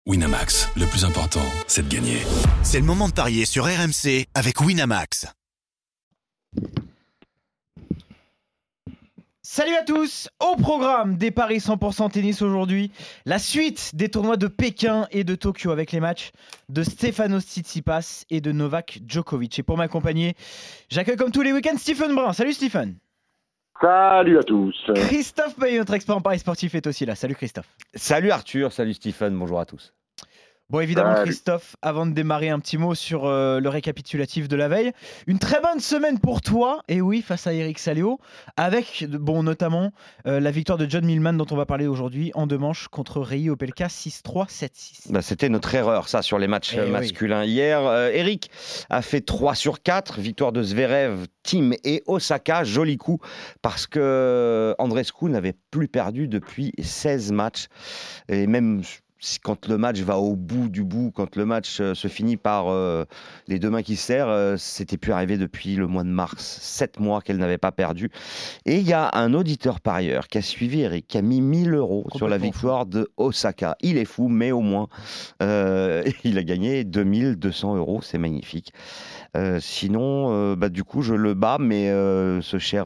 Winamax, le plus important, c'est de gagner. C'est le moment de parier sur RMC avec Winamax. Salut à tous, au programme des paris 100% tennis aujourd'hui, la suite des tournois de Pékin et de Tokyo avec les matchs de Stefanos Tsitsipas et de Novak Djokovic. Et pour m'accompagner, j'accueille comme tous les week-ends Stephen Brun. Salut Stephen. Salut à tous. Christophe Payet, notre expert en paris sportif, est aussi là. Salut Christophe. Salut Arthur, salut Stephen, bonjour à tous. Bon, évidemment, Christophe, avant de démarrer, un petit mot sur le récapitulatif de la veille. Une très bonne semaine pour toi, et oui, face à Eric Salio, avec notamment la victoire de John Millman, dont on va parler aujourd'hui, en deux manches contre Rei Opelka, 6-3, 7-6. C'était notre erreur, ça, sur les matchs masculins. Oui. Hier, Eric a fait 3 sur 4, victoire de Zverev, Thiem et Osaka, joli coup, parce que Andreescu n'avait plus perdu depuis 16 matchs, et même... Quand le match va au bout du bout, quand le match se finit par les deux mains qui se serrent, c'était plus arrivé depuis le mois de mars, 7 mois qu'elle n'avait pas perdu. Et il y a un auditeur parieur qui a suivi Eric, qui a mis 1 000 € sur la victoire de Osaka. Il est fou, mais au moins, il a gagné 2 200 €, c'est magnifique. Sinon, du coup, je le bats, mais ce cher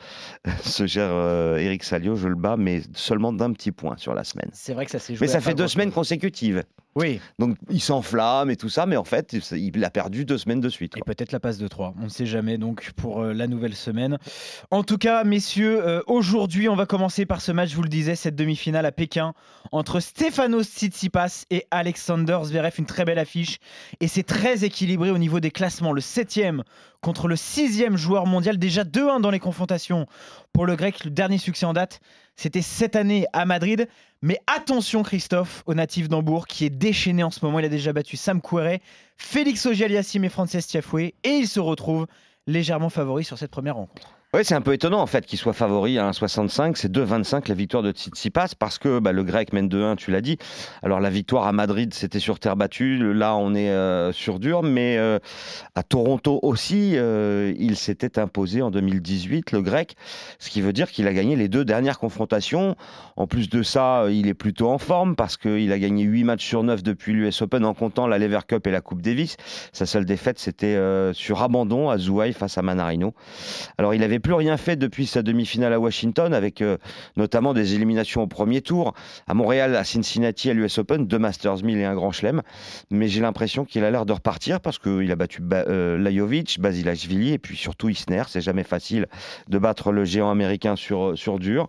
Eric Salio, je le bats, mais seulement d'un petit point sur la semaine. C'est vrai que ça s'est joué. Mais ça fait 2 semaines consécutives. Oui. Donc il s'enflamme et tout ça, mais en fait, il a perdu 2 semaines de suite. Et peut-être la passe de 3. On ne sait jamais donc pour la nouvelle semaine. En tout cas, messieurs, aujourd'hui, on va commencer par ce match, je vous le disais, cette demi-finale à Pékin entre Stefanos Tsitsipas et Alexander Zverev. Une très belle affiche. Et c'est très équilibré au niveau des classements. Le 7e contre le 6e joueur mondial. Déjà 2-1 dans les confrontations pour le Grec. Le dernier succès en date, c'était cette année à Madrid. Mais attention Christophe, au natif d'Hambourg, qui est déchaîné en ce moment. Il a déjà battu Sam Querrey, Félix Auger-Aliassime et Frances Tiafoe. Et il se retrouve légèrement favori sur cette première rencontre. Oui, c'est un peu étonnant en fait qu'il soit favori à 1,65. C'est 2,25 la victoire de Tsitsipas parce que le Grec mène 2-1, tu l'as dit. Alors la victoire à Madrid, c'était sur terre battue. Là, on est sur dur. Mais à Toronto aussi, il s'était imposé en 2018, le Grec. Ce qui veut dire qu'il a gagné les 2 dernières confrontations. En plus de ça, il est plutôt en forme parce qu'il a gagné 8 matchs sur 9 depuis l'US Open en comptant la Lever Cup et la Coupe Davis. Sa seule défaite, c'était sur abandon à Zouhaï face à Manarino. Alors il avait plus rien fait depuis sa demi-finale à Washington avec notamment des éliminations au premier tour à Montréal, à Cincinnati, à l'US Open, 2 Masters 1000 et un Grand Chelem, mais j'ai l'impression qu'il a l'air de repartir parce qu'il a battu Lajovic, Basilashvili et puis surtout Isner. C'est jamais facile de battre le géant américain sur dur.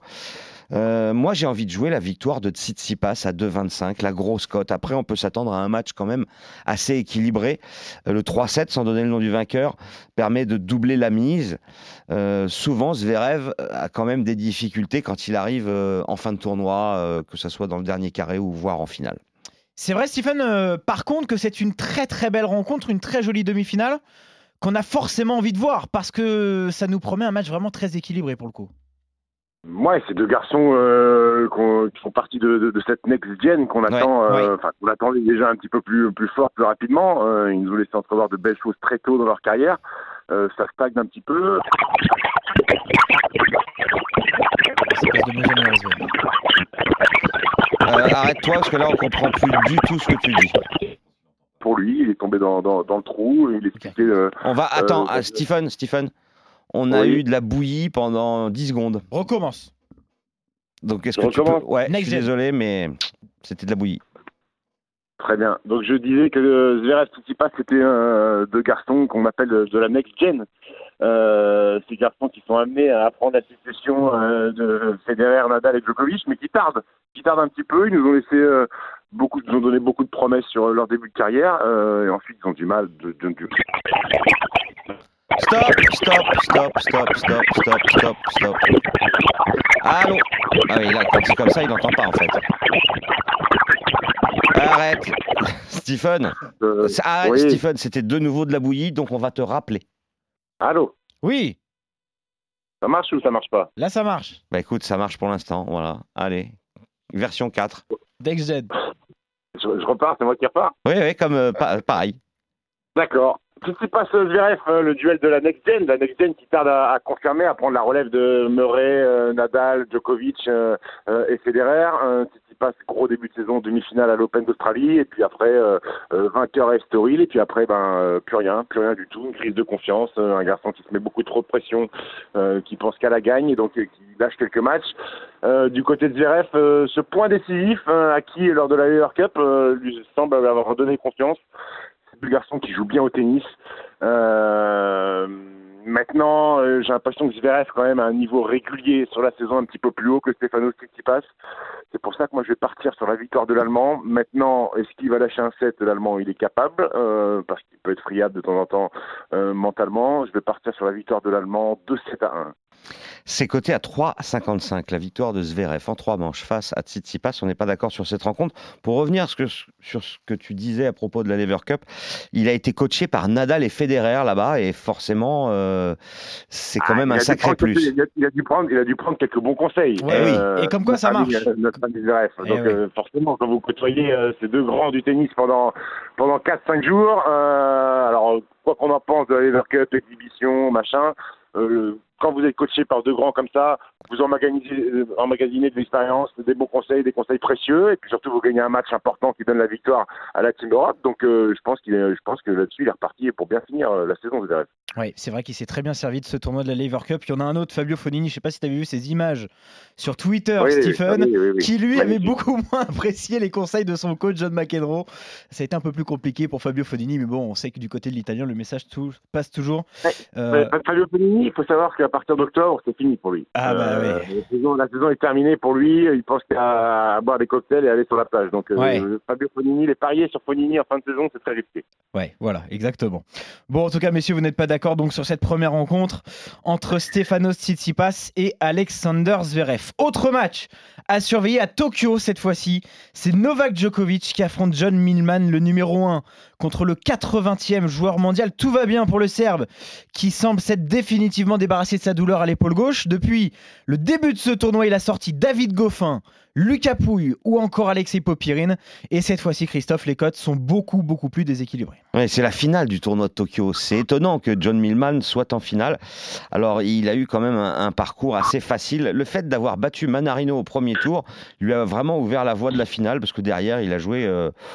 Moi j'ai envie de jouer la victoire de Tsitsipas à 2,25, la grosse cote. Après on peut s'attendre à un match quand même assez équilibré. Le 3-7, sans donner le nom du vainqueur, permet de doubler la mise. Souvent Zverev a quand même des difficultés quand il arrive en fin de tournoi, que ce soit dans le dernier carré ou voire en finale. C'est vrai Stephen, par contre que c'est une très très belle rencontre, une très jolie demi-finale qu'on a forcément envie de voir parce que ça nous promet un match vraiment très équilibré pour le coup. Ouais, ces 2 garçons qui font partie de cette next-gen qu'on attend, qu'on attendait déjà un petit peu plus fort, plus rapidement. Ils nous ont laissé entrevoir de belles choses très tôt dans leur carrière. Ça stagne un petit peu. Arrête-toi parce que là on comprend plus du tout ce que tu dis. Pour lui, il est tombé dans le trou. Il expliquait. Attends, Stephen. On a eu de la bouillie pendant 10 secondes. Recommence. Donc est-ce que tu peux... Ouais, je suis désolé, mais c'était de la bouillie. Très bien. Donc je disais que Zverev Tsitsipas, c'était 2 garçons qu'on appelle de la next gen. Ces garçons qui sont amenés à apprendre la succession de Federer, Nadal et Djokovic, mais qui tardent un petit peu. Ils nous ont laissé nous ont donné beaucoup de promesses sur leur début de carrière, et ensuite ils ont du mal de... Stop. Allô? Ah oui, là, quand c'est comme ça, il n'entend pas en fait. Arrête. Stephen. Oui. Stephen, c'était de nouveau de la bouillie, donc on va te rappeler. Allô? Oui. Ça marche ou ça marche pas? Là, ça marche. Écoute, ça marche pour l'instant, voilà. Allez, version 4. Next-gen. Je repars, c'est moi qui repars? Oui, comme pareil. D'accord. Tsitsipas Zverev, le duel de la next-gen qui tarde à confirmer, à prendre la relève de Murray, Nadal, Djokovic et Federer. Tsitsipas, gros début de saison, demi-finale à l'Open d'Australie, et puis après vainqueur à Estoril, et puis après plus rien du tout, une crise de confiance, un garçon qui se met beaucoup trop de pression, qui pense qu'à la gagne, et donc qui lâche quelques matchs. Du côté de Zverev, ce point décisif acquis lors de la Lever Cup lui semble avoir redonné confiance. C'est deux garçons qui jouent bien au tennis. Maintenant, j'ai l'impression que Zverev quand même a un niveau régulier sur la saison un petit peu plus haut que Stefanos Tsitsipas. C'est pour ça que moi je vais partir sur la victoire de l'Allemand. Maintenant, est-ce qu'il va lâcher un set? L'Allemand, il est capable, parce qu'il peut être friable de temps en temps mentalement. Je vais partir sur la victoire de l'Allemand 2-7-1. C'est coté à 3,55, la victoire de Zverev en 3 manches face à Tsitsipas. On n'est pas d'accord sur cette rencontre. Pour revenir sur ce que tu disais à propos de la Lever Cup, il a été coaché par Nadal et Federer là-bas, et forcément, c'est quand même un sacré plus. Il a dû prendre quelques bons conseils. Ouais, oui. Et comme quoi ça marche. Notre ami Zverev. Donc forcément, quand vous côtoyez ces deux grands du tennis pendant 4-5 jours, alors quoi qu'on en pense de la Lever Cup, exhibition, machin, quand vous êtes coaché par deux grands comme ça, vous emmagasinez de l'expérience, des bons conseils, des conseils précieux, et puis surtout vous gagnez un match important qui donne la victoire à la Team Europe. Donc je pense que là-dessus il est reparti pour bien finir la saison de Zverev. Oui, c'est vrai qu'il s'est très bien servi de ce tournoi de la Lever Cup. Il y en a un autre, Fabio Fognini, je ne sais pas si tu avais vu ces images sur Twitter, oui, Stephen, oui. qui lui Magnifique. avait beaucoup moins apprécié les conseils de son coach John McEnroe. Ça a été un peu plus compliqué pour Fabio Fognini, mais bon, on sait que du côté de l'Italien, le message passe toujours. Fabio Fognini, il faut savoir qu'à partir d'octobre, c'est fini pour lui. Ah bah oui. La saison est terminée pour lui. Il pense qu'à boire des cocktails et aller sur la plage. Donc Fabio Fognini, les pariers sur Fognini en fin de saison, c'est très risqué. Ouais, voilà, exactement. Bon, en tout cas, messieurs, vous n'êtes pas d'accord donc sur cette première rencontre entre Stefanos Tsitsipas et Alexander Zverev. Autre match à surveiller à Tokyo cette fois-ci, c'est Novak Djokovic qui affronte John Millman, le numéro 1, contre le 80e joueur mondial. Tout va bien pour le Serbe qui semble s'être définitivement débarrassé de sa douleur à l'épaule gauche. Depuis le début de ce tournoi, il a sorti David Goffin, Lucas Pouille ou encore Alexei Popyrin. Et cette fois-ci, Christophe, les cotes sont beaucoup plus déséquilibrées. Ouais, c'est la finale du tournoi de Tokyo. C'est étonnant que John Millman soit en finale. Alors, il a eu quand même un parcours assez facile. Le fait d'avoir battu Manarino au premier tour lui a vraiment ouvert la voie de la finale, parce que derrière, il a joué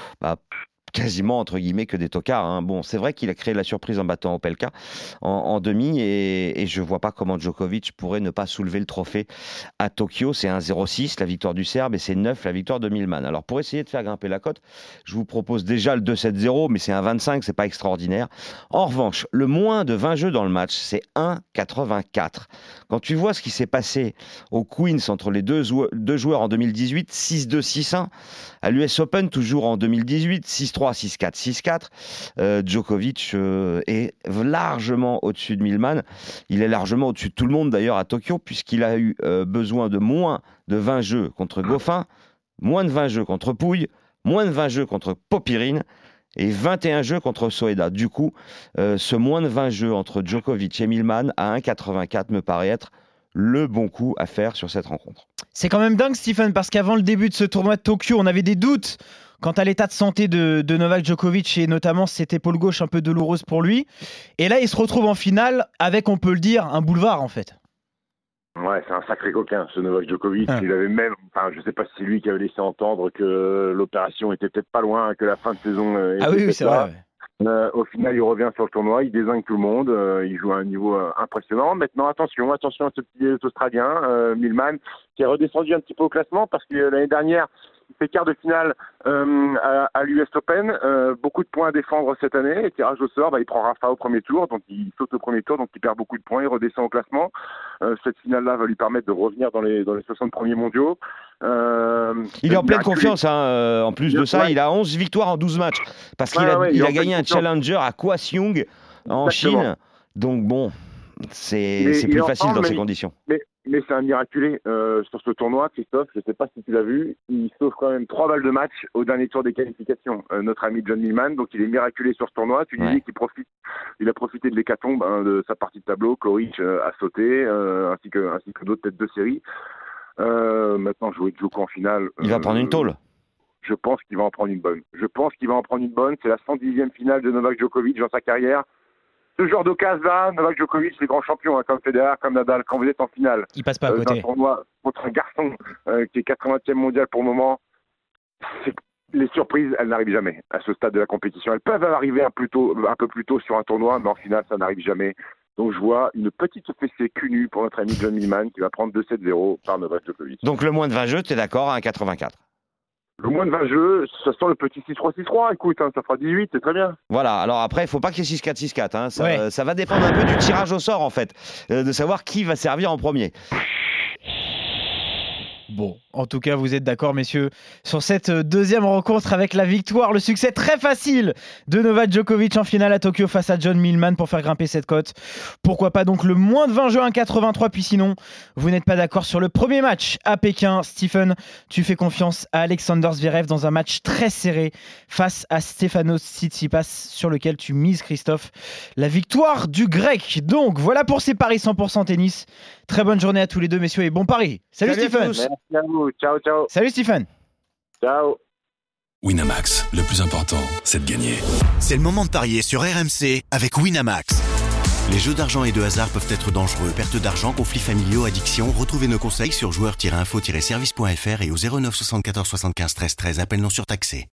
quasiment entre guillemets que des tocards, hein. Bon, c'est vrai qu'il a créé la surprise en battant Opelka en demi, et je vois pas comment Djokovic pourrait ne pas soulever le trophée à Tokyo. C'est 1,06 la victoire du Serbe, et c'est 9 la victoire de Millman. Alors pour essayer de faire grimper la cote, je vous propose déjà le 2-7-0, mais c'est 1,25, c'est pas extraordinaire. En revanche, le moins de 20 jeux dans le match, c'est 1,84. Quand tu vois ce qui s'est passé au Queens entre les deux joueurs en 2018, 6-2, 6-1, à l'US Open toujours en 2018, 6-3, 6-4, 6-4. Djokovic est largement au-dessus de Millman. Il est largement au-dessus de tout le monde d'ailleurs à Tokyo, puisqu'il a eu besoin de moins de 20 jeux contre Goffin, moins de 20 jeux contre Pouille, moins de 20 jeux contre Popyrin et 21 jeux contre Soeda. Du coup, ce moins de 20 jeux entre Djokovic et Millman à 1,84 me paraît être le bon coup à faire sur cette rencontre. C'est quand même dingue, Stephen, parce qu'avant le début de ce tournoi de Tokyo, on avait des doutes quant à l'état de santé de Novak Djokovic, et notamment cette épaule gauche un peu douloureuse pour lui. Et là, il se retrouve en finale avec, on peut le dire, un boulevard en fait. Ouais, c'est un sacré coquin, ce Novak Djokovic. Il avait même, je sais pas si c'est lui qui avait laissé entendre que l'opération était peut-être pas loin, que la fin de saison était oui, c'est vrai. Ouais. Au final, il revient sur le tournoi, il dézingue tout le monde, il joue à un niveau impressionnant. Maintenant, attention à ce petit Australien, Millman, qui est redescendu un petit peu au classement, parce que l'année dernière, il fait quart de finale à l'US Open, beaucoup de points à défendre cette année, et tirage au sort, il prend Rafa au premier tour, donc il saute au premier tour, donc il perd beaucoup de points, il redescend au classement. Cette finale-là va lui permettre de revenir dans les 60 premiers mondiaux. Il est en pleine confiance, hein. En plus de ça, il a 11 victoires en 12 matchs, parce qu'il a gagné un challenger à Kwasiong en Chine, donc bon, c'est plus facile dans ces conditions. Mais c'est un miraculé sur ce tournoi, Christophe, je ne sais pas si tu l'as vu, il sauve quand même 3 balles de match au dernier tour des qualifications, notre ami John Millman, donc il est miraculé sur ce tournoi. Tu disais qu'il a profité de l'hécatombe de sa partie de tableau, Coric a sauté, ainsi que d'autres têtes de série. Maintenant, jouer Djoko en finale... Il va prendre une tôle. Je pense qu'il va en prendre une bonne. C'est la 110e finale de Novak Djokovic dans sa carrière. Ce genre d'occasion-là, Novak Djokovic, les grands champions, comme Federer, comme Nadal, quand vous êtes en finale, il passe pas à côté. D'un tournoi contre un garçon qui est 80e mondial pour le moment, c'est que les surprises, elles n'arrivent jamais à ce stade de la compétition. Elles peuvent arriver un peu plus tôt sur un tournoi, mais en finale, ça n'arrive jamais. Donc je vois une petite fessée cul nu pour notre ami John Millman qui va prendre 2-7-0 par Novak Djokovic. Donc le moins de 20 jeux, tu es d'accord, à 1,84. Le moins de 20 jeux, ça sent le petit 6-3-6-3. Écoute, ça fera 18, c'est très bien. Voilà, alors après, il ne faut pas qu'il y ait 6-4, 6-4. Hein. Ça va dépendre un peu du tirage au sort, en fait, de savoir qui va servir en premier. Bon, en tout cas, vous êtes d'accord, messieurs, sur cette deuxième rencontre avec la victoire, le succès très facile de Novak Djokovic en finale à Tokyo face à John Millman pour faire grimper cette cote. Pourquoi pas donc le moins de 20 jeux 1,83, puis sinon, vous n'êtes pas d'accord sur le premier match à Pékin. Stephen, tu fais confiance à Alexander Zverev dans un match très serré face à Stefanos Tsitsipas sur lequel tu mises, Christophe. La victoire du Grec. Donc, voilà pour ces paris 100% tennis. Très bonne journée à tous les deux, messieurs, et bon pari. Salut Stephen. Merci à vous. Ciao, ciao. Salut Stephen. Ciao. Winamax, le plus important, c'est de gagner. C'est le moment de parier sur RMC avec Winamax. Les jeux d'argent et de hasard peuvent être dangereux. Perte d'argent, conflits familiaux, addiction. Retrouvez nos conseils sur joueurs-info-service.fr et au 09 74 75 13 13. Appel non surtaxé.